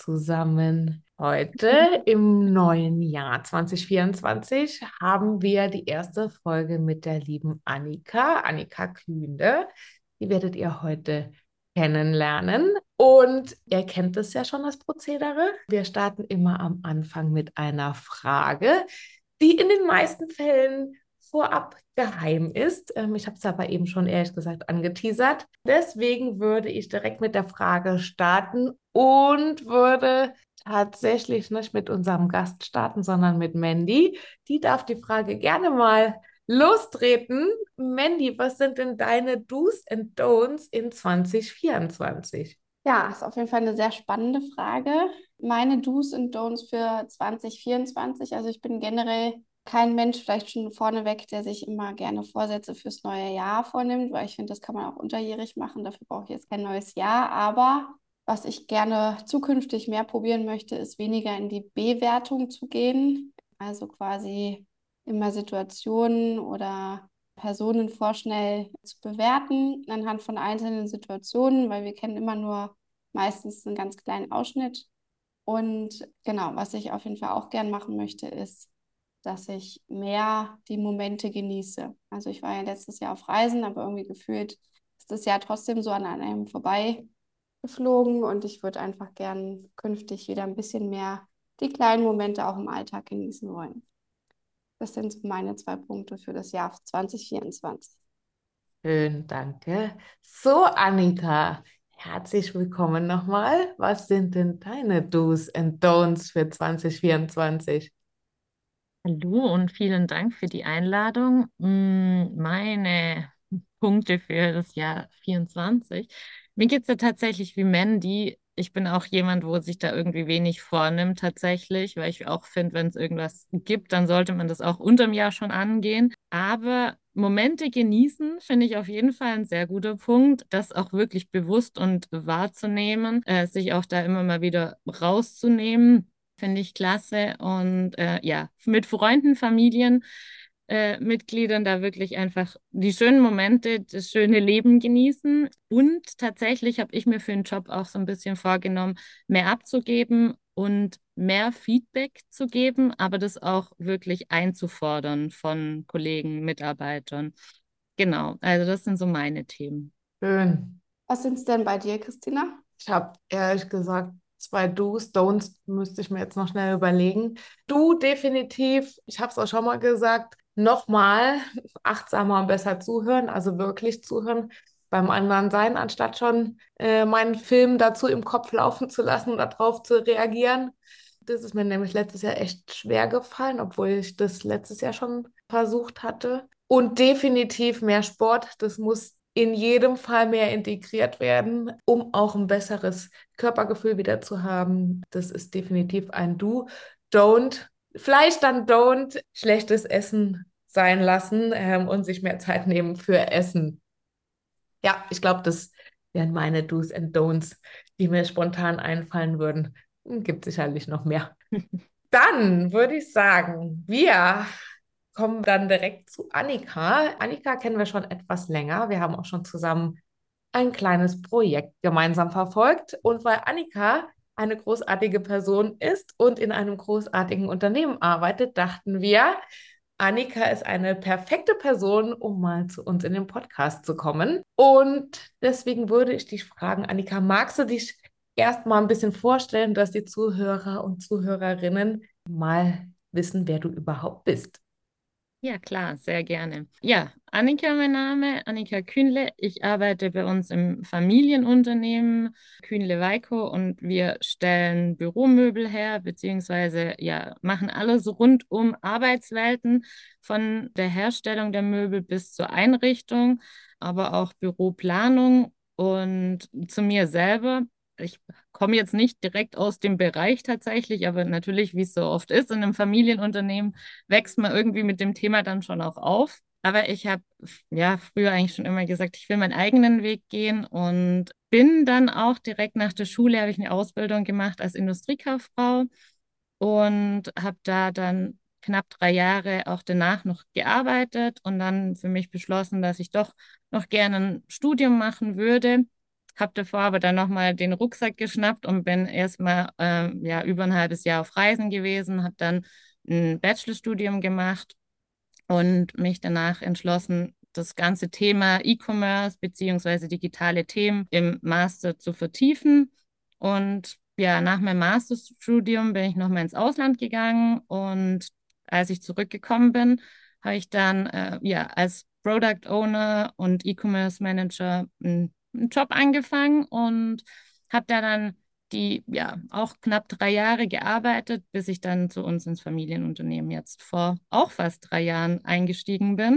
zusammen. Heute im neuen Jahr 2024 haben wir die erste Folge mit der lieben Annika, Annika Kühne. Die werdet ihr heute kennenlernen. Und ihr kennt es ja schon, das Prozedere. Wir starten immer am Anfang mit einer Frage, die in den meisten Fällen vorab geheim ist. Ich habe es aber eben schon ehrlich gesagt angeteasert. Deswegen würde ich direkt mit der Frage starten und würde tatsächlich nicht mit unserem Gast starten, sondern mit Mandy. Die darf die Frage gerne mal lostreten. Mandy, was sind denn deine Do's and Don'ts in 2024? Ja, ist auf jeden Fall eine sehr spannende Frage. Meine Do's und Don'ts für 2024. Also ich bin generell kein Mensch, vielleicht schon vorneweg, der sich immer gerne Vorsätze fürs neue Jahr vornimmt, weil ich finde, das kann man auch unterjährig machen. Dafür brauche ich jetzt kein neues Jahr. Aber was ich gerne zukünftig mehr probieren möchte, ist weniger in die Bewertung zu gehen. Also quasi immer Situationen oder Personen vorschnell zu bewerten anhand von einzelnen Situationen, weil wir kennen immer nur meistens einen ganz kleinen Ausschnitt. Und genau, was ich auf jeden Fall auch gern machen möchte, ist, dass ich mehr die Momente genieße. Also ich war ja letztes Jahr auf Reisen, aber irgendwie gefühlt ist das Jahr trotzdem so an einem vorbei geflogen und ich würde einfach gern künftig wieder ein bisschen mehr die kleinen Momente auch im Alltag genießen wollen. Das sind so meine zwei Punkte für das Jahr 2024. Schön, danke. So, Annika, herzlich willkommen nochmal. Was sind denn deine Do's and Don'ts für 2024? Hallo und vielen Dank für die Einladung. Meine Punkte für das Jahr 24. Mir geht es ja tatsächlich wie Mandy. Ich bin auch jemand, wo sich da irgendwie wenig vornimmt tatsächlich, weil ich auch finde, wenn es irgendwas gibt, dann sollte man das auch unterm Jahr schon angehen. Aber Momente genießen finde ich auf jeden Fall ein sehr guter Punkt, das auch wirklich bewusst und wahrzunehmen, sich auch da immer mal wieder rauszunehmen. Finde ich klasse. Und ja, mit Freunden, Familien, Mitgliedern da wirklich einfach die schönen Momente, das schöne Leben genießen. Und tatsächlich habe ich mir für den Job auch so ein bisschen vorgenommen, mehr abzugeben und mehr Feedback zu geben, aber das auch wirklich einzufordern von Kollegen, Mitarbeitern. Genau, also das sind so meine Themen. Schön. Was sind es denn bei dir, Christina? Ich habe ehrlich gesagt zwei Do's, Don'ts müsste ich mir jetzt noch schnell überlegen. Du definitiv, ich habe es auch schon mal gesagt, nochmal achtsamer und besser zuhören, also wirklich zuhören beim anderen sein, anstatt schon meinen Film dazu im Kopf laufen zu lassen und darauf zu reagieren. Das ist mir nämlich letztes Jahr echt schwer gefallen, obwohl ich das letztes Jahr schon versucht hatte. Und definitiv mehr Sport. Das muss in jedem Fall mehr integriert werden, um auch ein besseres Körpergefühl wieder zu haben. Das ist definitiv ein Do. Don't. Vielleicht dann don't schlechtes Essen sein lassen und sich mehr Zeit nehmen für Essen. Ja, ich glaube, das wären meine Do's and Don'ts, die mir spontan einfallen würden. Gibt sicherlich noch mehr. Dann würde ich sagen, wir kommen dann direkt zu Annika. Annika kennen wir schon etwas länger. Wir haben auch schon zusammen ein kleines Projekt gemeinsam verfolgt. Und weil Annika eine großartige Person ist und in einem großartigen Unternehmen arbeitet, dachten wir, Annika ist eine perfekte Person, um mal zu uns in den Podcast zu kommen. Und deswegen würde ich dich fragen, Annika, magst du dich erst mal ein bisschen vorstellen, dass die Zuhörer und Zuhörerinnen mal wissen, wer du überhaupt bist? Ja, klar, sehr gerne. Ja, Annika, mein Name, Annika Kühnle. Ich arbeite bei uns im Familienunternehmen Kühnle Weiko und wir stellen Büromöbel her, beziehungsweise ja, machen alles rund um Arbeitswelten, von der Herstellung der Möbel bis zur Einrichtung, aber auch Büroplanung. Und zu mir selber. Ich komme jetzt nicht direkt aus dem Bereich tatsächlich, aber natürlich, wie es so oft ist, in einem Familienunternehmen wächst man irgendwie mit dem Thema dann schon auch auf. Aber ich habe ja früher eigentlich schon immer gesagt, ich will meinen eigenen Weg gehen und bin dann auch direkt nach der Schule, habe ich eine Ausbildung gemacht als Industriekauffrau und habe da dann knapp 3 Jahre auch danach noch gearbeitet und dann für mich beschlossen, dass ich doch noch gerne ein Studium machen würde habe davor aber dann nochmal den Rucksack geschnappt und bin erstmal ja, über ein halbes Jahr auf Reisen gewesen, habe dann ein Bachelorstudium gemacht und mich danach entschlossen, das ganze Thema E-Commerce beziehungsweise digitale Themen im Master zu vertiefen. Und ja, nach meinem Masterstudium bin ich nochmal ins Ausland gegangen und als ich zurückgekommen bin, habe ich dann ja als Product Owner und E-Commerce Manager einen Job angefangen und habe da dann die ja auch knapp 3 Jahre gearbeitet, bis ich dann zu uns ins Familienunternehmen jetzt vor auch fast 3 Jahren eingestiegen bin.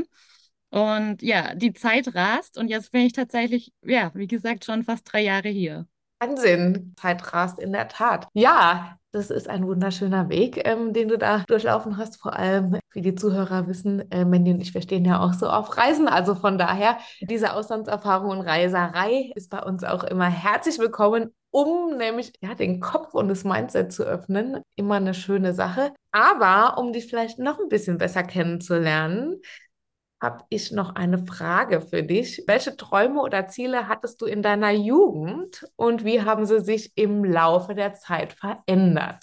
Und ja, die Zeit rast und jetzt bin ich tatsächlich, ja, wie gesagt, schon fast 3 Jahre hier. Wahnsinn, Zeit rast in der Tat. Ja, das ist ein wunderschöner Weg, den du da durchlaufen hast. Vor allem, wie die Zuhörer wissen, Mandy und ich, wir stehen ja auch so auf Reisen. Also von daher, diese Auslandserfahrung und Reiserei ist bei uns auch immer herzlich willkommen, um nämlich ja, den Kopf und das Mindset zu öffnen. Immer eine schöne Sache. Aber um dich vielleicht noch ein bisschen besser kennenzulernen, habe ich noch eine Frage für dich. Welche Träume oder Ziele hattest du in deiner Jugend und wie haben sie sich im Laufe der Zeit verändert?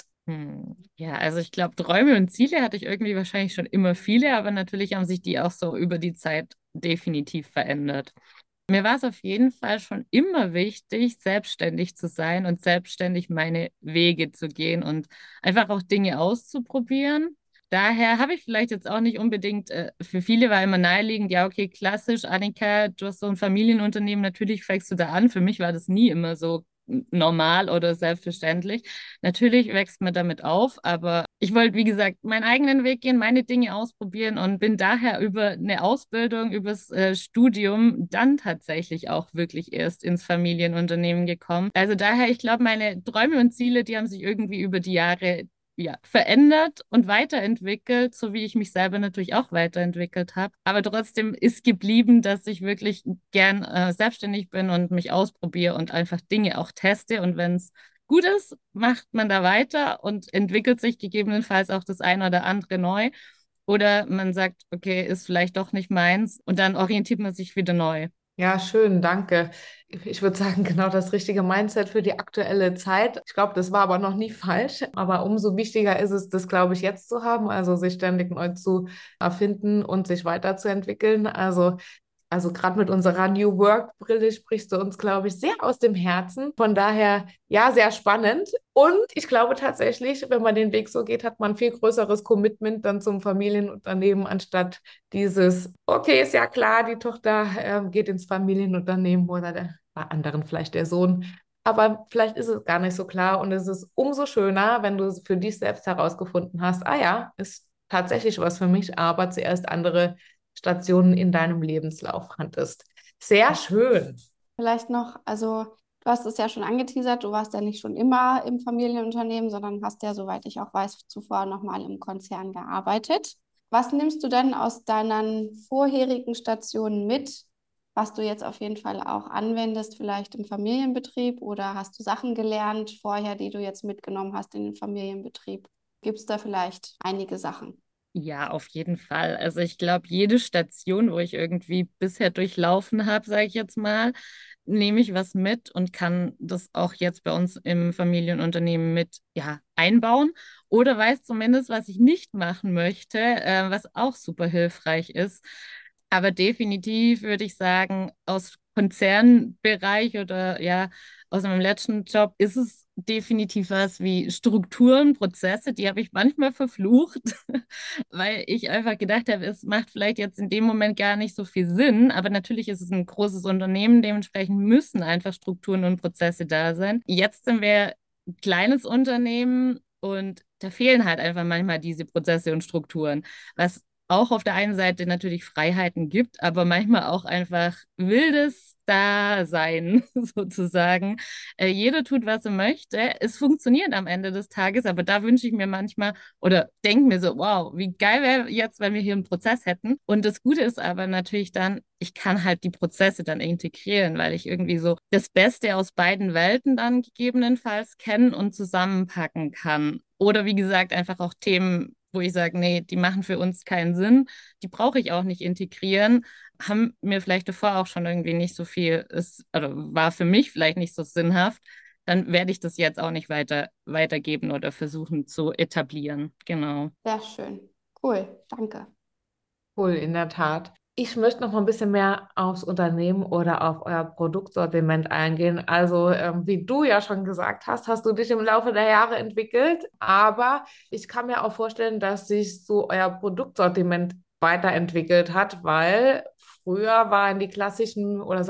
Ja, also ich glaube, Träume und Ziele hatte ich irgendwie wahrscheinlich schon immer viele, aber natürlich haben sich die auch so über die Zeit definitiv verändert. Mir war es auf jeden Fall schon immer wichtig, selbstständig zu sein und selbstständig meine Wege zu gehen und einfach auch Dinge auszuprobieren. Daher habe ich vielleicht jetzt auch nicht unbedingt, für viele war immer naheliegend, ja, okay, klassisch, Annika, du hast so ein Familienunternehmen, natürlich fängst du da an. Für mich war das nie immer so normal oder selbstverständlich. Natürlich wächst man damit auf, aber ich wollte, wie gesagt, meinen eigenen Weg gehen, meine Dinge ausprobieren und bin daher über eine Ausbildung, übers Studium dann tatsächlich auch wirklich erst ins Familienunternehmen gekommen. Also daher, ich glaube, meine Träume und Ziele, die haben sich irgendwie über die Jahre ja, verändert und weiterentwickelt, so wie ich mich selber natürlich auch weiterentwickelt habe. Aber trotzdem ist geblieben, dass ich wirklich gern selbstständig bin und mich ausprobiere und einfach Dinge auch teste. Und wenn es gut ist, macht man da weiter und entwickelt sich gegebenenfalls auch das eine oder andere neu. Oder man sagt, okay, ist vielleicht doch nicht meins und dann orientiert man sich wieder neu. Ja, schön, danke. Ich würde sagen, genau das richtige Mindset für die aktuelle Zeit. Ich glaube, das war aber noch nie falsch. Aber umso wichtiger ist es, das, glaube ich, jetzt zu haben, also sich ständig neu zu erfinden und sich weiterzuentwickeln. Also gerade mit unserer New Work-Brille sprichst du uns, glaube ich, sehr aus dem Herzen. Von daher, ja, sehr spannend. Und ich glaube tatsächlich, wenn man den Weg so geht, hat man ein viel größeres Commitment dann zum Familienunternehmen, anstatt dieses, okay, ist ja klar, die Tochter geht ins Familienunternehmen oder bei anderen vielleicht der Sohn. Aber vielleicht ist es gar nicht so klar und es ist umso schöner, wenn du es für dich selbst herausgefunden hast, ah ja, ist tatsächlich was für mich, aber zuerst andere Stationen in deinem Lebenslauf hattest. Sehr schön. Vielleicht noch, also du hast es ja schon angeteasert, du warst ja nicht schon immer im Familienunternehmen, sondern hast ja, soweit ich auch weiß, zuvor nochmal im Konzern gearbeitet. Was nimmst du denn aus deinen vorherigen Stationen mit, was du jetzt auf jeden Fall auch anwendest, vielleicht im Familienbetrieb oder hast du Sachen gelernt vorher, die du jetzt mitgenommen hast in den Familienbetrieb? Gibt es da vielleicht einige Sachen? Ja, auf jeden Fall. Also ich glaube, jede Station, wo ich irgendwie bisher durchlaufen habe, sage ich jetzt mal, nehme ich was mit und kann das auch jetzt bei uns im Familienunternehmen mit ja, einbauen oder weiß zumindest, was ich nicht machen möchte, was auch super hilfreich ist. Aber definitiv würde ich sagen, aus Konzernbereich oder ja, aus meinem letzten Job ist es definitiv was wie Strukturen, Prozesse, die habe ich manchmal verflucht, weil ich einfach gedacht habe, es macht vielleicht jetzt in dem Moment gar nicht so viel Sinn, aber natürlich ist es ein großes Unternehmen, dementsprechend müssen einfach Strukturen und Prozesse da sein. Jetzt sind wir ein kleines Unternehmen und da fehlen halt einfach manchmal diese Prozesse und Strukturen, was auch auf der einen Seite natürlich Freiheiten gibt, aber manchmal auch einfach wildes Dasein sozusagen. Jeder tut, was er möchte. Es funktioniert am Ende des Tages, aber da wünsche ich mir manchmal oder denke mir so, wow, wie geil wäre jetzt, wenn wir hier einen Prozess hätten. Und das Gute ist aber natürlich dann, ich kann halt die Prozesse dann integrieren, weil ich irgendwie so das Beste aus beiden Welten dann gegebenenfalls kennen und zusammenpacken kann. Oder wie gesagt, einfach auch Themen wo ich sage, nee, die machen für uns keinen Sinn, die brauche ich auch nicht integrieren, haben mir vielleicht davor auch schon irgendwie nicht so viel, oder war für mich vielleicht nicht so sinnhaft, dann werde ich das jetzt auch nicht weitergeben oder versuchen zu etablieren. Genau. Sehr schön. Cool, danke. Cool, in der Tat. Ich möchte noch mal ein bisschen mehr aufs Unternehmen oder auf euer Produktsortiment eingehen. Also, wie du ja schon gesagt hast, hast du dich im Laufe der Jahre entwickelt. Aber ich kann mir auch vorstellen, dass sich so euer Produktsortiment weiterentwickelt hat, weil früher waren die klassischen oder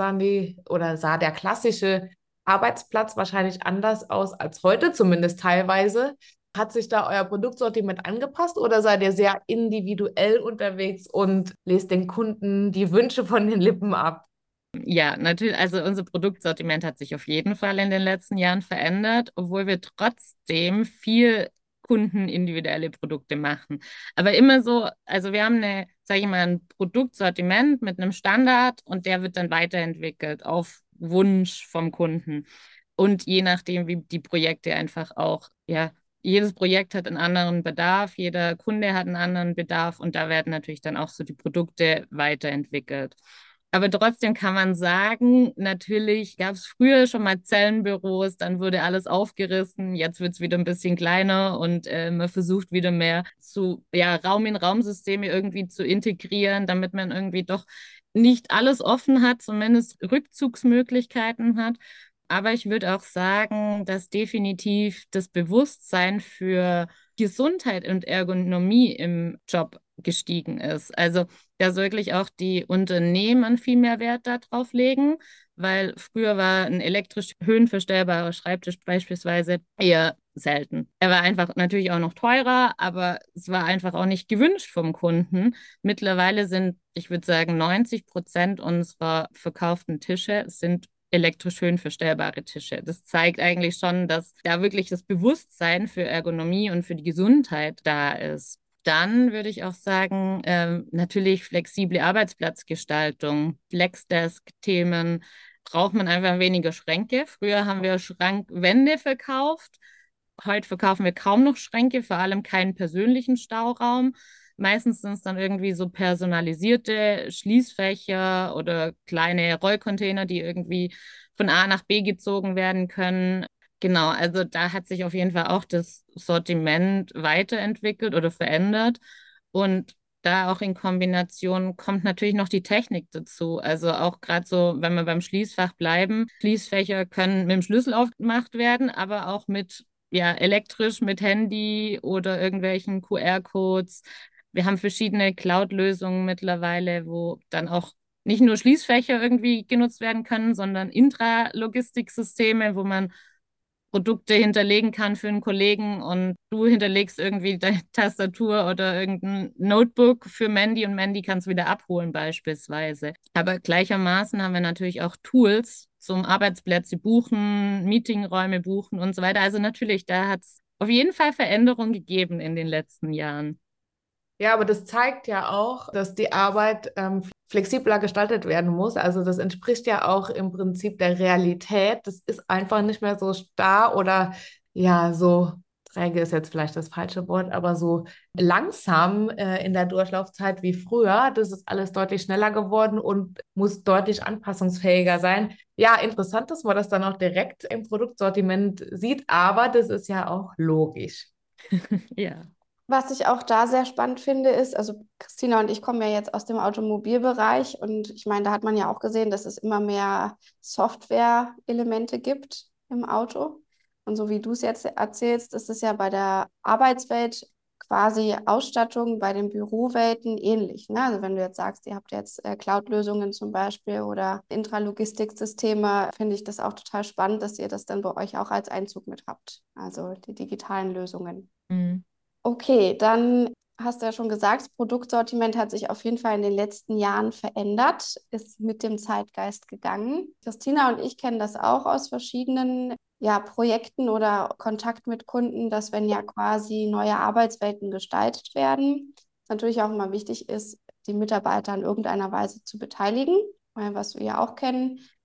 sah der klassische Arbeitsplatz wahrscheinlich anders aus als heute, zumindest teilweise. Hat sich da euer Produktsortiment angepasst oder seid ihr sehr individuell unterwegs und lest den Kunden die Wünsche von den Lippen ab? Ja, natürlich, also unser Produktsortiment hat sich auf jeden Fall in den letzten Jahren verändert, obwohl wir trotzdem viel kundenindividuelle Produkte machen. Aber immer so, also wir haben sage ich mal, ein Produktsortiment mit einem Standard und der wird dann weiterentwickelt auf Wunsch vom Kunden. Und je nachdem, wie die Projekte einfach auch, ja, jedes Projekt hat einen anderen Bedarf, jeder Kunde hat einen anderen Bedarf und da werden natürlich dann auch so die Produkte weiterentwickelt. Aber trotzdem kann man sagen, natürlich gab es früher schon mal Zellenbüros, dann wurde alles aufgerissen, jetzt wird es wieder ein bisschen kleiner und man versucht wieder mehr ja, Raum-in-Raum-Systeme irgendwie zu integrieren, damit man irgendwie doch nicht alles offen hat, zumindest Rückzugsmöglichkeiten hat. Aber ich würde auch sagen, dass definitiv das Bewusstsein für Gesundheit und Ergonomie im Job gestiegen ist. Also, dass wirklich auch die Unternehmen viel mehr Wert darauf legen, weil früher war ein elektrisch höhenverstellbarer Schreibtisch beispielsweise eher selten. Er war einfach natürlich auch noch teurer, aber es war einfach auch nicht gewünscht vom Kunden. Mittlerweile sind, ich würde sagen, 90% unserer verkauften Tische sind elektrisch höhenverstellbare Tische. Das zeigt eigentlich schon, dass da wirklich das Bewusstsein für Ergonomie und für die Gesundheit da ist. Dann würde ich auch sagen, natürlich flexible Arbeitsplatzgestaltung, Flexdesk-Themen, braucht man einfach weniger Schränke. Früher haben wir Schrankwände verkauft. Heute verkaufen wir kaum noch Schränke, vor allem keinen persönlichen Stauraum. Meistens sind es dann irgendwie so personalisierte Schließfächer oder kleine Rollcontainer, die irgendwie von A nach B gezogen werden können. Genau, also da hat sich auf jeden Fall auch das Sortiment weiterentwickelt oder verändert. Und da auch in Kombination kommt natürlich noch die Technik dazu. Also auch gerade so, wenn wir beim Schließfach bleiben, Schließfächer können mit dem Schlüssel aufgemacht werden, aber auch mit, ja, elektrisch, mit Handy oder irgendwelchen QR-Codes. Wir haben verschiedene Cloud-Lösungen mittlerweile, wo dann auch nicht nur Schließfächer irgendwie genutzt werden können, sondern Intralogistiksysteme, wo man Produkte hinterlegen kann für einen Kollegen und du hinterlegst irgendwie deine Tastatur oder irgendein Notebook für Mandy und Mandy kann es wieder abholen beispielsweise. Aber gleichermaßen haben wir natürlich auch Tools zum Arbeitsplätze buchen, Meetingräume buchen und so weiter. Also natürlich, da hat es auf jeden Fall Veränderungen gegeben in den letzten Jahren. Ja, aber das zeigt ja auch, dass die Arbeit flexibler gestaltet werden muss. Also das entspricht ja auch im Prinzip der Realität. Das ist einfach nicht mehr so starr oder ja, so träge ist jetzt vielleicht das falsche Wort, aber so langsam in der Durchlaufzeit wie früher. Das ist alles deutlich schneller geworden und muss deutlich anpassungsfähiger sein. Ja, interessant, dass man das dann auch direkt im Produktsortiment sieht, aber das ist ja auch logisch. Ja. Was ich auch da sehr spannend finde, ist, also Christina und ich kommen ja jetzt aus dem Automobilbereich und ich meine, da hat man ja auch gesehen, dass es immer mehr Software-Elemente gibt im Auto. Und so wie du es jetzt erzählst, ist es ja bei der Arbeitswelt quasi Ausstattung bei den Bürowelten ähnlich. Ne? Also wenn du jetzt sagst, ihr habt jetzt Cloud-Lösungen zum Beispiel oder Intralogistiksysteme, finde ich das auch total spannend, dass ihr das dann bei euch auch als Einzug mit habt. Also die digitalen Lösungen. Mhm. Okay, dann hast du ja schon gesagt, das Produktsortiment hat sich auf jeden Fall in den letzten Jahren verändert, ist mit dem Zeitgeist gegangen. Christina und ich kennen das auch aus verschiedenen ja, Projekten oder Kontakt mit Kunden, dass wenn ja quasi neue Arbeitswelten gestaltet werden, es natürlich auch immer wichtig ist, die Mitarbeiter in irgendeiner Weise zu beteiligen, was wir ja auch kennen.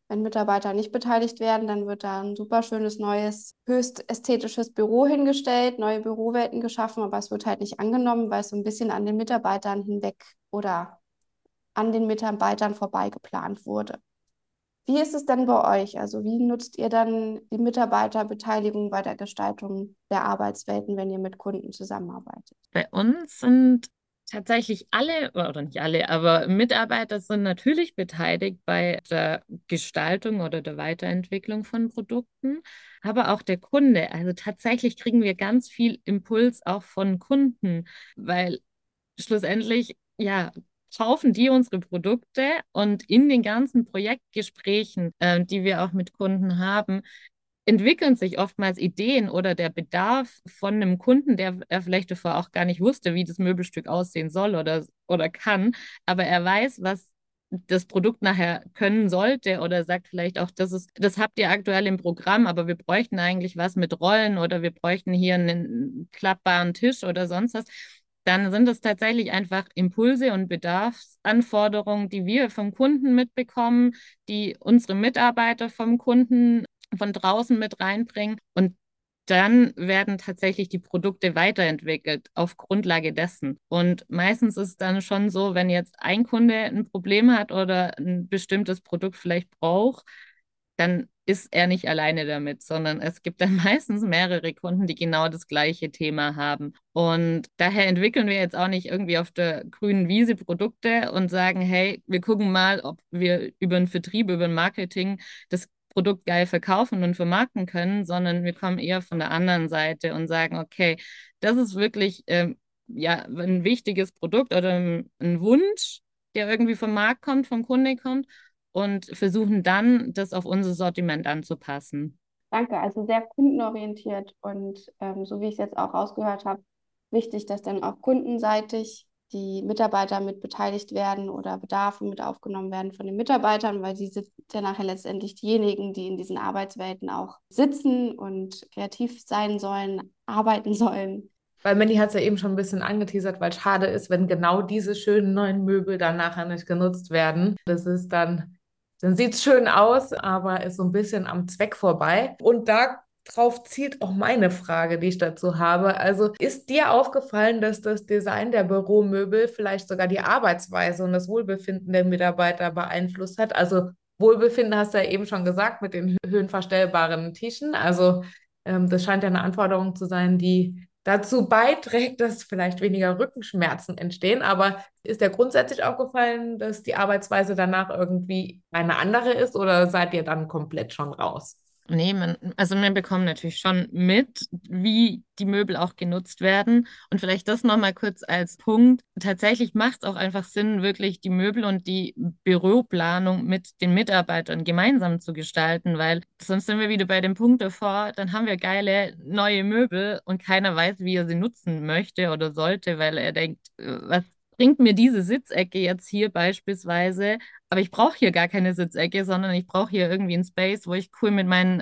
Wenn Mitarbeiter nicht beteiligt werden, dann wird da ein super schönes neues, höchst ästhetisches Büro hingestellt, neue Bürowelten geschaffen, aber es wird halt nicht angenommen, weil es so ein bisschen an den Mitarbeitern hinweg oder an den Mitarbeitern vorbei geplant wurde. Wie ist es denn bei euch? Also wie nutzt ihr dann die Mitarbeiterbeteiligung bei der Gestaltung der Arbeitswelten, wenn ihr mit Kunden zusammenarbeitet? Bei uns sind tatsächlich alle, oder nicht alle, aber Mitarbeiter sind natürlich beteiligt bei der Gestaltung oder der Weiterentwicklung von Produkten, aber auch der Kunde. Also tatsächlich kriegen wir ganz viel Impuls auch von Kunden, weil schlussendlich, ja, kaufen die unsere Produkte und in den ganzen Projektgesprächen, die wir auch mit Kunden haben, entwickeln sich oftmals Ideen oder der Bedarf von einem Kunden, der er vielleicht davor auch gar nicht wusste, wie das Möbelstück aussehen soll oder kann, aber er weiß, was das Produkt nachher können sollte oder sagt vielleicht auch, das habt ihr aktuell im Programm, aber wir bräuchten eigentlich was mit Rollen oder wir bräuchten hier einen klappbaren Tisch oder sonst was. Dann sind es tatsächlich einfach Impulse und Bedarfsanforderungen, die wir vom Kunden mitbekommen, die unsere Mitarbeiter vom Kunden von draußen mit reinbringen. Und dann werden tatsächlich die Produkte weiterentwickelt auf Grundlage dessen. Und meistens ist es dann schon so, wenn jetzt ein Kunde ein Problem hat oder ein bestimmtes Produkt vielleicht braucht, dann ist er nicht alleine damit, sondern es gibt dann meistens mehrere Kunden, die genau das gleiche Thema haben. Und daher entwickeln wir jetzt auch nicht irgendwie auf der grünen Wiese Produkte und sagen, hey, wir gucken mal, ob wir über den Vertrieb, über den Marketing das Produkt geil verkaufen und vermarkten können, sondern wir kommen eher von der anderen Seite und sagen, okay, das ist wirklich ja, ein wichtiges Produkt oder ein Wunsch, der irgendwie vom Markt kommt, vom Kunde kommt und versuchen dann, das auf unser Sortiment anzupassen. Danke, also sehr kundenorientiert und so wie ich es jetzt auch rausgehört habe, wichtig, dass dann auch kundenseitig die Mitarbeiter mit beteiligt werden oder Bedarfe mit aufgenommen werden von den Mitarbeitern, weil sie sind ja nachher letztendlich diejenigen, die in diesen Arbeitswelten auch sitzen und kreativ sein sollen, arbeiten sollen. Weil Mandy hat es ja eben schon ein bisschen angeteasert, weil schade ist, wenn genau diese schönen neuen Möbel dann nachher nicht genutzt werden. Das ist dann sieht es schön aus, aber ist so ein bisschen am Zweck vorbei. Und darauf zielt auch meine Frage, die ich dazu habe. Also ist dir aufgefallen, dass das Design der Büromöbel vielleicht sogar die Arbeitsweise und das Wohlbefinden der Mitarbeiter beeinflusst hat? Also Wohlbefinden hast du ja eben schon gesagt mit den höhenverstellbaren Tischen. Also das scheint ja eine Anforderung zu sein, die dazu beiträgt, dass vielleicht weniger Rückenschmerzen entstehen. Aber ist dir grundsätzlich aufgefallen, dass die Arbeitsweise danach irgendwie eine andere ist oder seid ihr dann komplett schon raus? Nee, also wir bekommen natürlich schon mit, wie die Möbel auch genutzt werden. Und vielleicht das nochmal kurz als Punkt. Tatsächlich macht es auch einfach Sinn, wirklich die Möbel und die Büroplanung mit den Mitarbeitern gemeinsam zu gestalten, weil sonst sind wir wieder bei dem Punkt davor, dann haben wir geile neue Möbel und keiner weiß, wie er sie nutzen möchte oder sollte, weil er denkt, was bringt mir diese Sitzecke jetzt hier beispielsweise? Aber ich brauche hier gar keine Sitzecke, sondern ich brauche hier irgendwie einen Space, wo ich cool mit meinen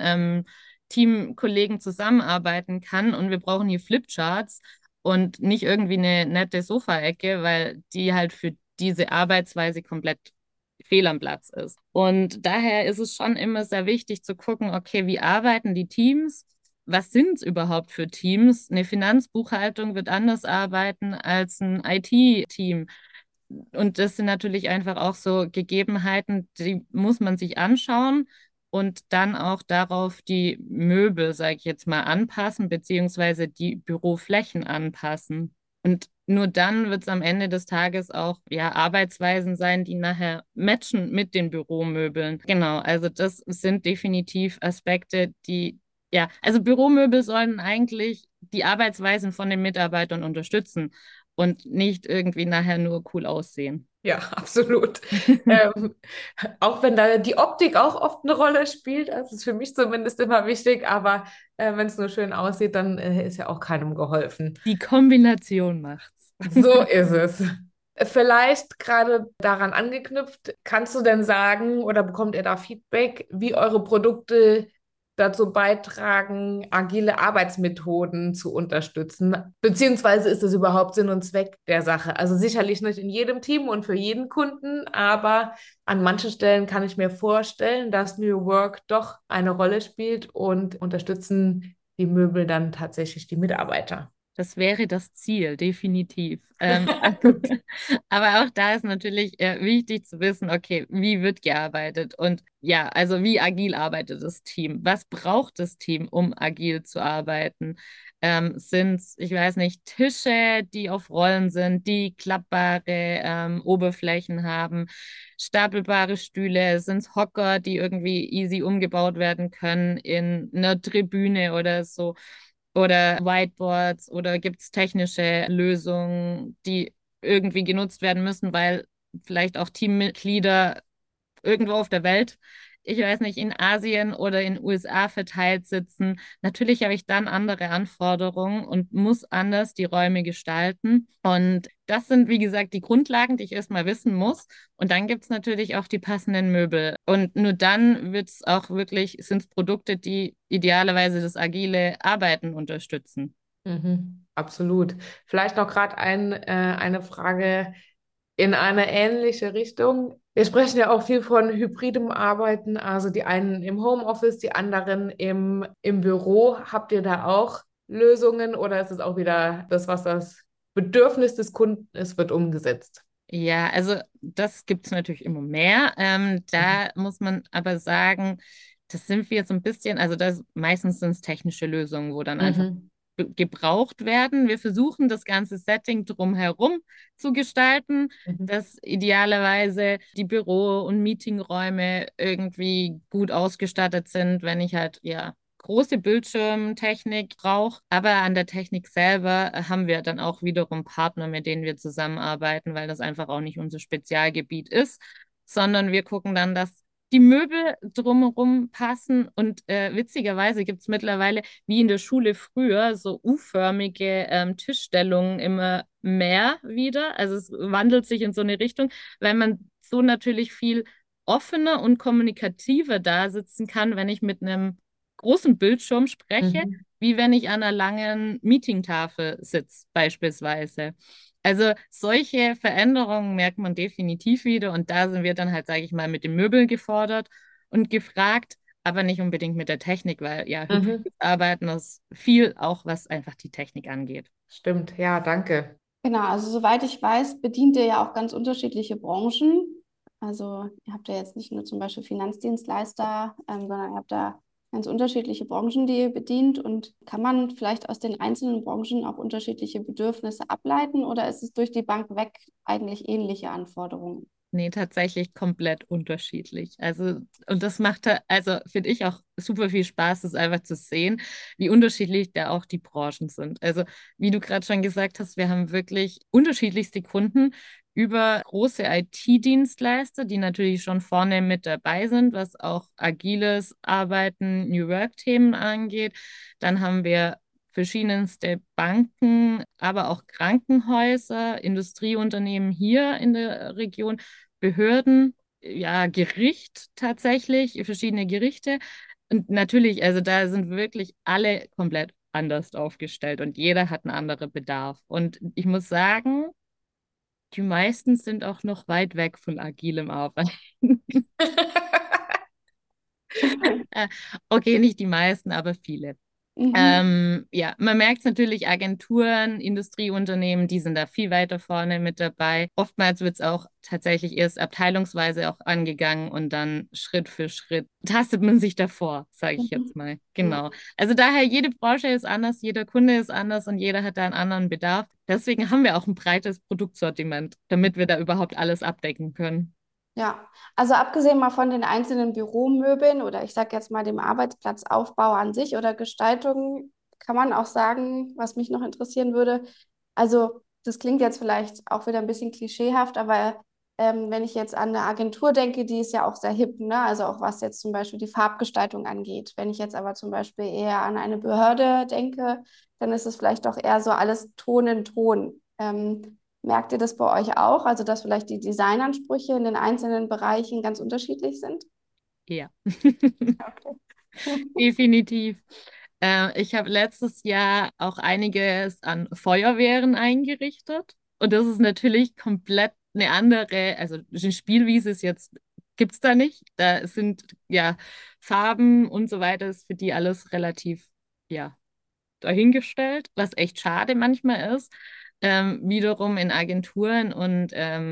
Teamkollegen zusammenarbeiten kann. Und wir brauchen hier Flipcharts und nicht irgendwie eine nette Sofaecke, weil die halt für diese Arbeitsweise komplett fehl am Platz ist. Und daher ist es schon immer sehr wichtig zu gucken, okay, wie arbeiten die Teams? Was sind es überhaupt für Teams? Eine Finanzbuchhaltung wird anders arbeiten als ein IT-Team. Und das sind natürlich einfach auch so Gegebenheiten, die muss man sich anschauen und dann auch darauf die Möbel, sage ich jetzt mal, anpassen, beziehungsweise die Büroflächen anpassen. Und nur dann wird es am Ende des Tages auch ja, Arbeitsweisen sein, die nachher matchen mit den Büromöbeln. Genau, also das sind definitiv Aspekte, die, ja, also Büromöbel sollen eigentlich die Arbeitsweisen von den Mitarbeitern unterstützen und nicht irgendwie nachher nur cool aussehen. Ja, absolut. Ähm, Auch wenn da die Optik auch oft eine Rolle spielt, das ist für mich zumindest immer wichtig, aber wenn es nur schön aussieht, dann ist ja auch keinem geholfen. Die Kombination macht's. So ist es. Vielleicht gerade daran angeknüpft, kannst du denn sagen oder bekommt ihr da Feedback, wie eure Produkte dazu beitragen, agile Arbeitsmethoden zu unterstützen? Beziehungsweise ist das überhaupt Sinn und Zweck der Sache? Also sicherlich nicht in jedem Team und für jeden Kunden, aber an manchen Stellen kann ich mir vorstellen, dass New Work doch eine Rolle spielt und unterstützen die Möbel dann tatsächlich die Mitarbeiter. Das wäre das Ziel, definitiv. Gut. Aber auch da ist natürlich wichtig zu wissen, okay, wie wird gearbeitet? Und ja, also wie agil arbeitet das Team? Was braucht das Team, um agil zu arbeiten? Sind es, ich weiß nicht, Tische, die auf Rollen sind, die klappbare Oberflächen haben, stapelbare Stühle? Sind es Hocker, die irgendwie easy umgebaut werden können in einer Tribüne oder so? Oder Whiteboards oder gibt es technische Lösungen, die irgendwie genutzt werden müssen, weil vielleicht auch Teammitglieder irgendwo auf der Welt, ich weiß nicht, in Asien oder in den USA verteilt sitzen. Natürlich habe ich dann andere Anforderungen und muss anders die Räume gestalten. Und das sind, wie gesagt, die Grundlagen, die ich erstmal wissen muss. Und dann gibt es natürlich auch die passenden Möbel. Und nur dann wird es auch wirklich, sind es Produkte, die idealerweise das agile Arbeiten unterstützen. Mhm, absolut. Vielleicht noch gerade eine Frage in eine ähnliche Richtung. Wir sprechen ja auch viel von hybridem Arbeiten, also die einen im Homeoffice, die anderen im Büro. Habt ihr da auch Lösungen oder ist es auch wieder das, was das Bedürfnis des Kunden ist, wird umgesetzt? Ja, also das gibt es natürlich immer mehr. Mhm. Da muss man aber sagen, das sind wir so ein bisschen, also das meistens sind es technische Lösungen, wo dann einfach Mhm. gebraucht werden. Wir versuchen das ganze Setting drumherum zu gestalten, Mhm. dass idealerweise die Büro- und Meetingräume irgendwie gut ausgestattet sind, wenn ich halt ja große Bildschirmtechnik brauche. Aber an der Technik selber haben wir dann auch wiederum Partner, mit denen wir zusammenarbeiten, weil das einfach auch nicht unser Spezialgebiet ist, sondern wir gucken dann, dass die Möbel drumherum passen und witzigerweise gibt es mittlerweile, wie in der Schule früher, so U-förmige Tischstellungen immer mehr wieder. Also es wandelt sich in so eine Richtung, weil man so natürlich viel offener und kommunikativer da sitzen kann, wenn ich mit einem großen Bildschirm spreche, Mhm. wie wenn ich an einer langen Meetingtafel sitze, beispielsweise. Also solche Veränderungen merkt man definitiv wieder und da sind wir dann halt, sage ich mal, mit den Möbeln gefordert und gefragt, aber nicht unbedingt mit der Technik, weil ja, hybrides Mhm. Arbeiten ist viel auch, was einfach die Technik angeht. Stimmt, ja, danke. Genau, also soweit ich weiß, bedient ihr ja auch ganz unterschiedliche Branchen. Also ihr habt ja jetzt nicht nur zum Beispiel Finanzdienstleister, sondern ihr habt da ganz unterschiedliche Branchen, die ihr bedient. Und kann man vielleicht aus den einzelnen Branchen auch unterschiedliche Bedürfnisse ableiten oder ist es durch die Bank weg eigentlich ähnliche Anforderungen? Nee, tatsächlich komplett unterschiedlich. Also, und das macht, also finde ich auch super viel Spaß, das einfach zu sehen, wie unterschiedlich da auch die Branchen sind. Also, wie du gerade schon gesagt hast, wir haben wirklich unterschiedlichste Kunden über große IT-Dienstleister, die natürlich schon vorne mit dabei sind, was auch agiles Arbeiten, New Work-Themen angeht. Dann haben wir verschiedenste Banken, aber auch Krankenhäuser, Industrieunternehmen hier in der Region, Behörden, ja, Gericht tatsächlich, verschiedene Gerichte. Und natürlich, also da sind wirklich alle komplett anders aufgestellt und jeder hat einen anderen Bedarf. Und ich muss sagen, die meisten sind auch noch weit weg von agilem Arbeiten. Äh, Okay, nicht die meisten, aber viele. Mhm. Ja, man merkt es natürlich, Agenturen, Industrieunternehmen, die sind da viel weiter vorne mit dabei. Oftmals wird es auch tatsächlich erst abteilungsweise auch angegangen und dann Schritt für Schritt tastet man sich davor, sage ich Mhm. jetzt mal. Ja. Genau. Also daher, jede Branche ist anders, jeder Kunde ist anders und jeder hat da einen anderen Bedarf. Deswegen haben wir auch ein breites Produktsortiment, damit wir da überhaupt alles abdecken können. Ja, also abgesehen mal von den einzelnen Büromöbeln oder ich sage jetzt mal dem Arbeitsplatzaufbau an sich oder Gestaltung, kann man auch sagen, was mich noch interessieren würde. Also das klingt jetzt vielleicht auch wieder ein bisschen klischeehaft, aber wenn ich jetzt an eine Agentur denke, die ist ja auch sehr hip, ne? Also auch was jetzt zum Beispiel die Farbgestaltung angeht. Wenn ich jetzt aber zum Beispiel eher an eine Behörde denke, dann ist es vielleicht doch eher so alles Ton in Ton. Merkt ihr das bei euch auch? Also, dass vielleicht die Designansprüche in den einzelnen Bereichen ganz unterschiedlich sind? Ja. Okay. Definitiv. Ich habe letztes Jahr auch einiges an Feuerwehren eingerichtet. Und das ist natürlich komplett eine andere, also eine Spielwiese ist jetzt, gibt es da nicht. Da sind ja Farben und so weiter, ist für die alles relativ, ja, dahingestellt, was echt schade manchmal ist. Wiederum in Agenturen und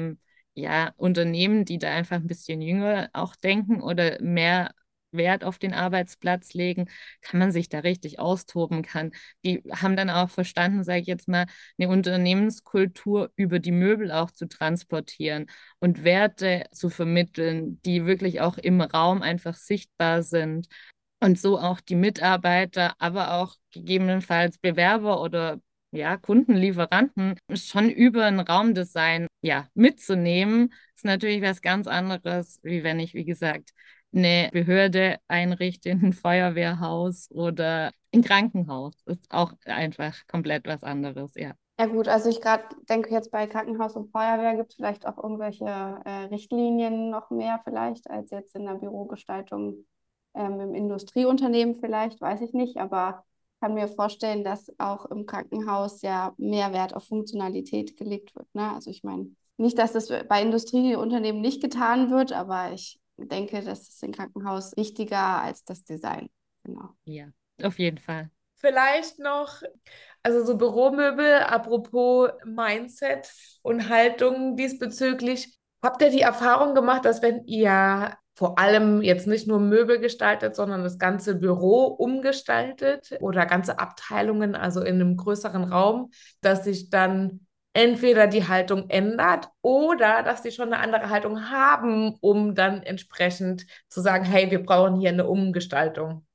ja, Unternehmen, die da einfach ein bisschen jünger auch denken oder mehr Wert auf den Arbeitsplatz legen, kann man sich da richtig austoben kann. Die haben dann auch verstanden, sage ich jetzt mal, eine Unternehmenskultur über die Möbel auch zu transportieren und Werte zu vermitteln, die wirklich auch im Raum einfach sichtbar sind. Und so auch die Mitarbeiter, aber auch gegebenenfalls Bewerber oder ja, Kunden, Lieferanten schon über ein Raumdesign ja, mitzunehmen, ist natürlich was ganz anderes, wie wenn ich, wie gesagt, eine Behörde einrichte, ein Feuerwehrhaus oder ein Krankenhaus. Ist auch einfach komplett was anderes, ja. Ja gut, also ich gerade denke jetzt bei Krankenhaus und Feuerwehr gibt es vielleicht auch irgendwelche Richtlinien noch mehr vielleicht als jetzt in der Bürogestaltung im Industrieunternehmen vielleicht, weiß ich nicht, aber kann mir vorstellen, dass auch im Krankenhaus ja mehr Wert auf Funktionalität gelegt wird. Ne? Also ich meine, nicht, dass das bei Industrieunternehmen nicht getan wird, aber ich denke, das ist im Krankenhaus wichtiger als das Design. Genau. Ja, auf jeden Fall. Vielleicht noch, also so Büromöbel, apropos Mindset und Haltung diesbezüglich. Habt ihr die Erfahrung gemacht, dass wenn ihr vor allem jetzt nicht nur Möbel gestaltet, sondern das ganze Büro umgestaltet oder ganze Abteilungen, also in einem größeren Raum, dass sich dann entweder die Haltung ändert oder dass die schon eine andere Haltung haben, um dann entsprechend zu sagen, hey, wir brauchen hier eine Umgestaltung.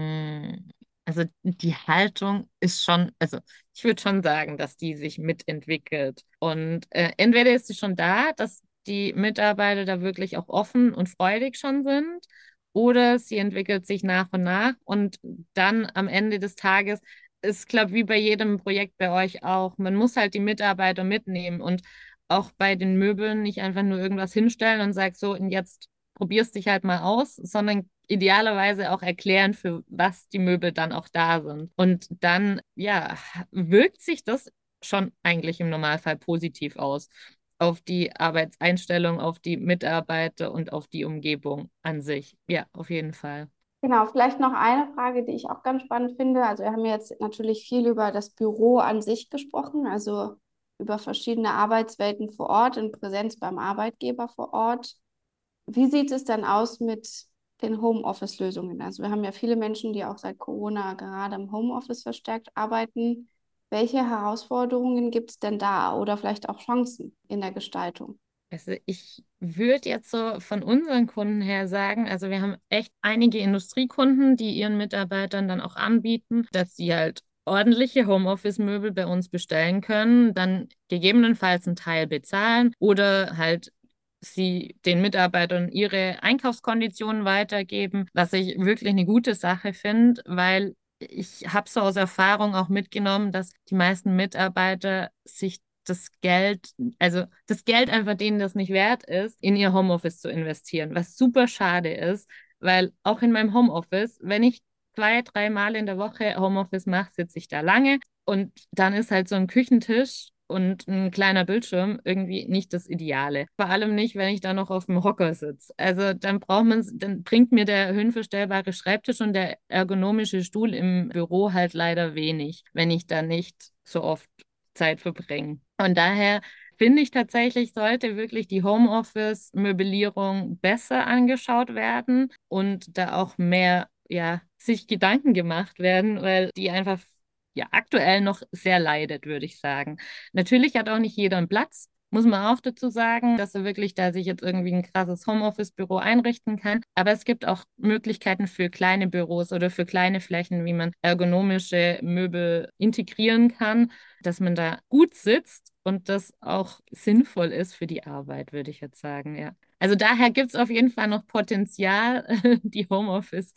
Mm, Also die Haltung ist schon, also ich würde schon sagen, dass die sich mitentwickelt. Und entweder ist sie schon da, dass die Mitarbeiter da wirklich auch offen und freudig schon sind, oder sie entwickelt sich nach und nach und dann am Ende des Tages ist, glaube ich, wie bei jedem Projekt bei euch auch, man muss halt die Mitarbeiter mitnehmen und auch bei den Möbeln nicht einfach nur irgendwas hinstellen und sagen, so, und jetzt probierst dich halt mal aus, sondern idealerweise auch erklären, für was die Möbel dann auch da sind. Und dann, ja, wirkt sich das schon eigentlich im Normalfall positiv aus auf die Arbeitseinstellung, auf die Mitarbeiter und auf die Umgebung an sich. Ja, auf jeden Fall. Genau, vielleicht noch eine Frage, die ich auch ganz spannend finde. Also wir haben jetzt natürlich viel über das Büro an sich gesprochen, also über verschiedene Arbeitswelten vor Ort, in Präsenz beim Arbeitgeber vor Ort. Wie sieht es dann aus mit den Homeoffice-Lösungen? Also wir haben ja viele Menschen, die auch seit Corona gerade im Homeoffice verstärkt arbeiten. Welche Herausforderungen gibt es denn da oder vielleicht auch Chancen in der Gestaltung? Also ich würde jetzt so von unseren Kunden her sagen, also wir haben echt einige Industriekunden, die ihren Mitarbeitern dann auch anbieten, dass sie halt ordentliche Homeoffice-Möbel bei uns bestellen können, dann gegebenenfalls einen Teil bezahlen oder halt sie den Mitarbeitern ihre Einkaufskonditionen weitergeben, was ich wirklich eine gute Sache finde, weil ich habe so aus Erfahrung auch mitgenommen, dass die meisten Mitarbeiter sich das Geld, also das Geld einfach denen das nicht wert ist, in ihr Homeoffice zu investieren, was super schade ist, weil auch in meinem Homeoffice, wenn ich 2, 3 Mal in der Woche Homeoffice mache, sitze ich da lange und dann ist halt so ein Küchentisch und ein kleiner Bildschirm irgendwie nicht das Ideale. Vor allem nicht, wenn ich da noch auf dem Hocker sitze. Also dann braucht man, dann bringt mir der höhenverstellbare Schreibtisch und der ergonomische Stuhl im Büro halt leider wenig, wenn ich da nicht so oft Zeit verbringen. Von daher finde ich tatsächlich, sollte wirklich die Homeoffice-Möblierung besser angeschaut werden und da auch mehr, ja, sich Gedanken gemacht werden, weil die einfach ja aktuell noch sehr leidet, würde ich sagen. Natürlich hat auch nicht jeder einen Platz. Muss man auch dazu sagen, dass er wirklich da sich jetzt irgendwie ein krasses Homeoffice-Büro einrichten kann. Aber es gibt auch Möglichkeiten für kleine Büros oder für kleine Flächen, wie man ergonomische Möbel integrieren kann, dass man da gut sitzt und das auch sinnvoll ist für die Arbeit, würde ich jetzt sagen, ja. Also daher gibt es auf jeden Fall noch Potenzial, die Homeoffice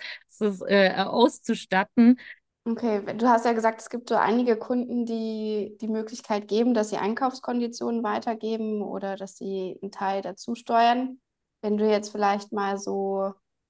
auszustatten. Okay, du hast ja gesagt, es gibt so einige Kunden, die die Möglichkeit geben, dass sie Einkaufskonditionen weitergeben oder dass sie einen Teil dazu steuern. Wenn du jetzt vielleicht mal so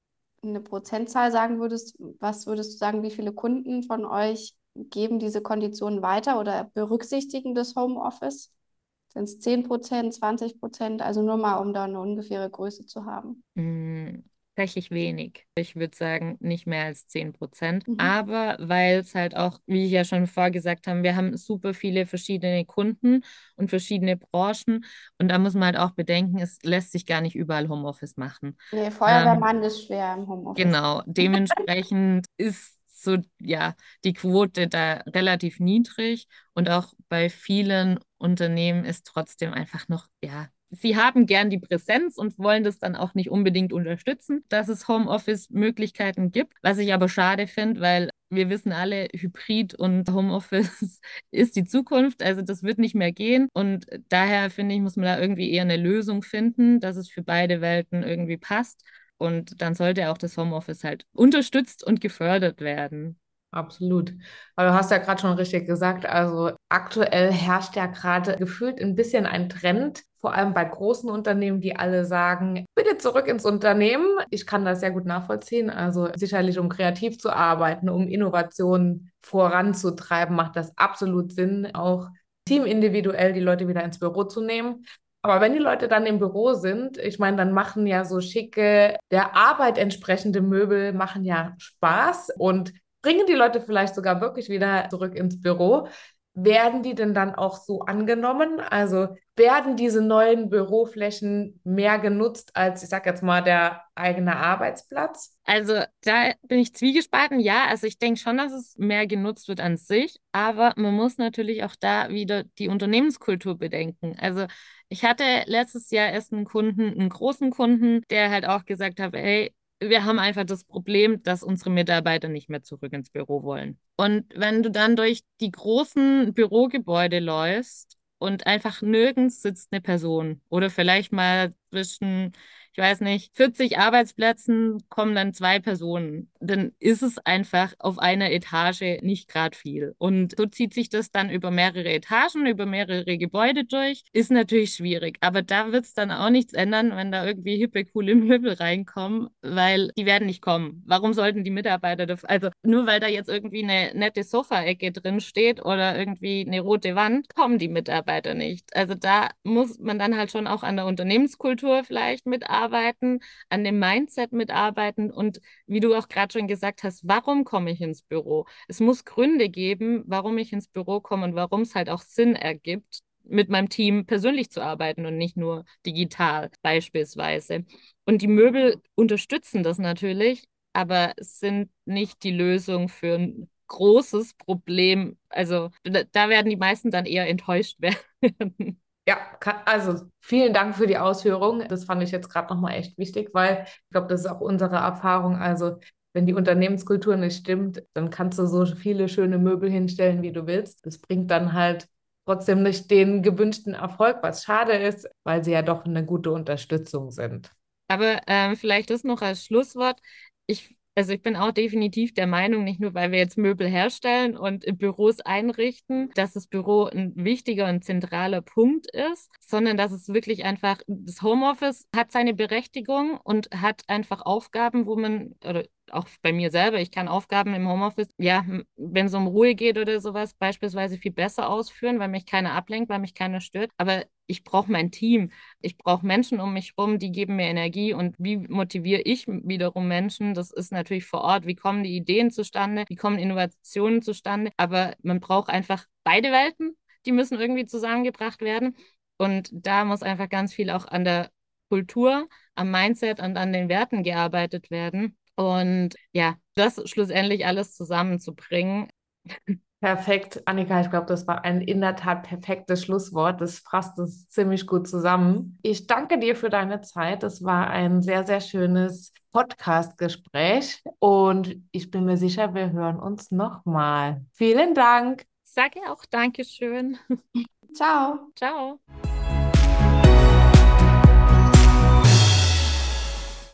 eine Prozentzahl sagen würdest, was würdest du sagen, wie viele Kunden von euch geben diese Konditionen weiter oder berücksichtigen das Homeoffice? Sind es 10%, 20%? Also nur mal, um da eine ungefähre Größe zu haben. Tatsächlich wenig. Ich würde sagen, nicht mehr als 10%. Mhm. Aber weil es halt auch, wie ich ja schon vorgesagt habe, wir haben super viele verschiedene Kunden und verschiedene Branchen. Und da muss man halt auch bedenken, es lässt sich gar nicht überall Homeoffice machen. Nee, Ähm, Feuerwehrmann ist schwer im Homeoffice. Genau, dementsprechend ist so, ja, die Quote da relativ niedrig und auch bei vielen Unternehmen ist trotzdem einfach noch, ja, sie haben gern die Präsenz und wollen das dann auch nicht unbedingt unterstützen, dass es Homeoffice-Möglichkeiten gibt, was ich aber schade finde, weil wir wissen alle, Hybrid und Homeoffice ist die Zukunft, also das wird nicht mehr gehen und daher finde ich, muss man da irgendwie eher eine Lösung finden, dass es für beide Welten irgendwie passt. Und dann sollte auch das Homeoffice halt unterstützt und gefördert werden. Absolut. Aber du hast ja gerade schon richtig gesagt, also aktuell herrscht ja gerade gefühlt ein bisschen ein Trend, vor allem bei großen Unternehmen, die alle sagen, bitte zurück ins Unternehmen. Ich kann das sehr gut nachvollziehen. Also sicherlich, um kreativ zu arbeiten, um Innovationen voranzutreiben, macht das absolut Sinn, auch teamindividuell die Leute wieder ins Büro zu nehmen. Aber wenn die Leute dann im Büro sind, ich meine, dann machen ja so schicke, der Arbeit entsprechende Möbel machen ja Spaß und bringen die Leute vielleicht sogar wirklich wieder zurück ins Büro. Werden die denn dann auch so angenommen? Also werden diese neuen Büroflächen mehr genutzt als, ich sag jetzt mal, der eigene Arbeitsplatz? Also da bin ich zwiegespalten. Ja, also ich denke schon, dass es mehr genutzt wird an sich, aber man muss natürlich auch da wieder die Unternehmenskultur bedenken. Also ich hatte letztes Jahr erst einen Kunden, einen großen Kunden, der halt auch gesagt hat, hey, wir haben einfach das Problem, dass unsere Mitarbeiter nicht mehr zurück ins Büro wollen. Und wenn du dann durch die großen Bürogebäude läufst und einfach nirgends sitzt eine Person oder vielleicht mal zwischen, ich weiß nicht, 40 Arbeitsplätzen kommen dann zwei Personen, dann ist es einfach auf einer Etage nicht gerade viel. Und so zieht sich das dann über mehrere Etagen, über mehrere Gebäude durch. Ist natürlich schwierig, aber da wird es dann auch nichts ändern, wenn da irgendwie hippe, coole Möbel reinkommen, weil die werden nicht kommen. Warum sollten die Mitarbeiter, also nur weil da jetzt irgendwie eine nette Sofaecke drin steht oder irgendwie eine rote Wand, kommen die Mitarbeiter nicht. Also da muss man dann halt schon auch an der Unternehmenskultur vielleicht mitarbeiten, an dem Mindset mitarbeiten und wie du auch gerade schon gesagt hast, warum komme ich ins Büro? Es muss Gründe geben, warum ich ins Büro komme und warum es halt auch Sinn ergibt, mit meinem Team persönlich zu arbeiten und nicht nur digital beispielsweise. Und die Möbel unterstützen das natürlich, aber es sind nicht die Lösung für ein großes Problem. Also da werden die meisten dann eher enttäuscht werden. Ja, also vielen Dank für die Ausführung. Das fand ich jetzt gerade nochmal echt wichtig, weil ich glaube, das ist auch unsere Erfahrung. Also wenn die Unternehmenskultur nicht stimmt, dann kannst du so viele schöne Möbel hinstellen, wie du willst. Das bringt dann halt trotzdem nicht den gewünschten Erfolg, was schade ist, weil sie ja doch eine gute Unterstützung sind. Aber vielleicht das noch als Schlusswort. Also ich bin auch definitiv der Meinung, nicht nur, weil wir jetzt Möbel herstellen und Büros einrichten, dass das Büro ein wichtiger und zentraler Punkt ist, sondern dass es wirklich einfach, das Homeoffice hat seine Berechtigung und hat einfach Aufgaben, wo man, oder auch bei mir selber, ich kann Aufgaben im Homeoffice, ja, wenn es um Ruhe geht oder sowas, beispielsweise viel besser ausführen, weil mich keiner ablenkt, weil mich keiner stört. Aber ich brauche mein Team. Ich brauche Menschen um mich rum, die geben mir Energie. Und wie motiviere ich wiederum Menschen? Das ist natürlich vor Ort. Wie kommen die Ideen zustande? Wie kommen Innovationen zustande? Aber man braucht einfach beide Welten, die müssen irgendwie zusammengebracht werden. Und da muss einfach ganz viel auch an der Kultur, am Mindset und an den Werten gearbeitet werden. Und ja, das schlussendlich alles zusammenzubringen. Perfekt, Annika, ich glaube, das war ein in der Tat perfektes Schlusswort. Das fasst es ziemlich gut zusammen. Ich danke dir für deine Zeit. Das war ein sehr, sehr schönes Podcast-Gespräch und ich bin mir sicher, wir hören uns nochmal. Vielen Dank. Sage auch Dankeschön. Ciao. Ciao.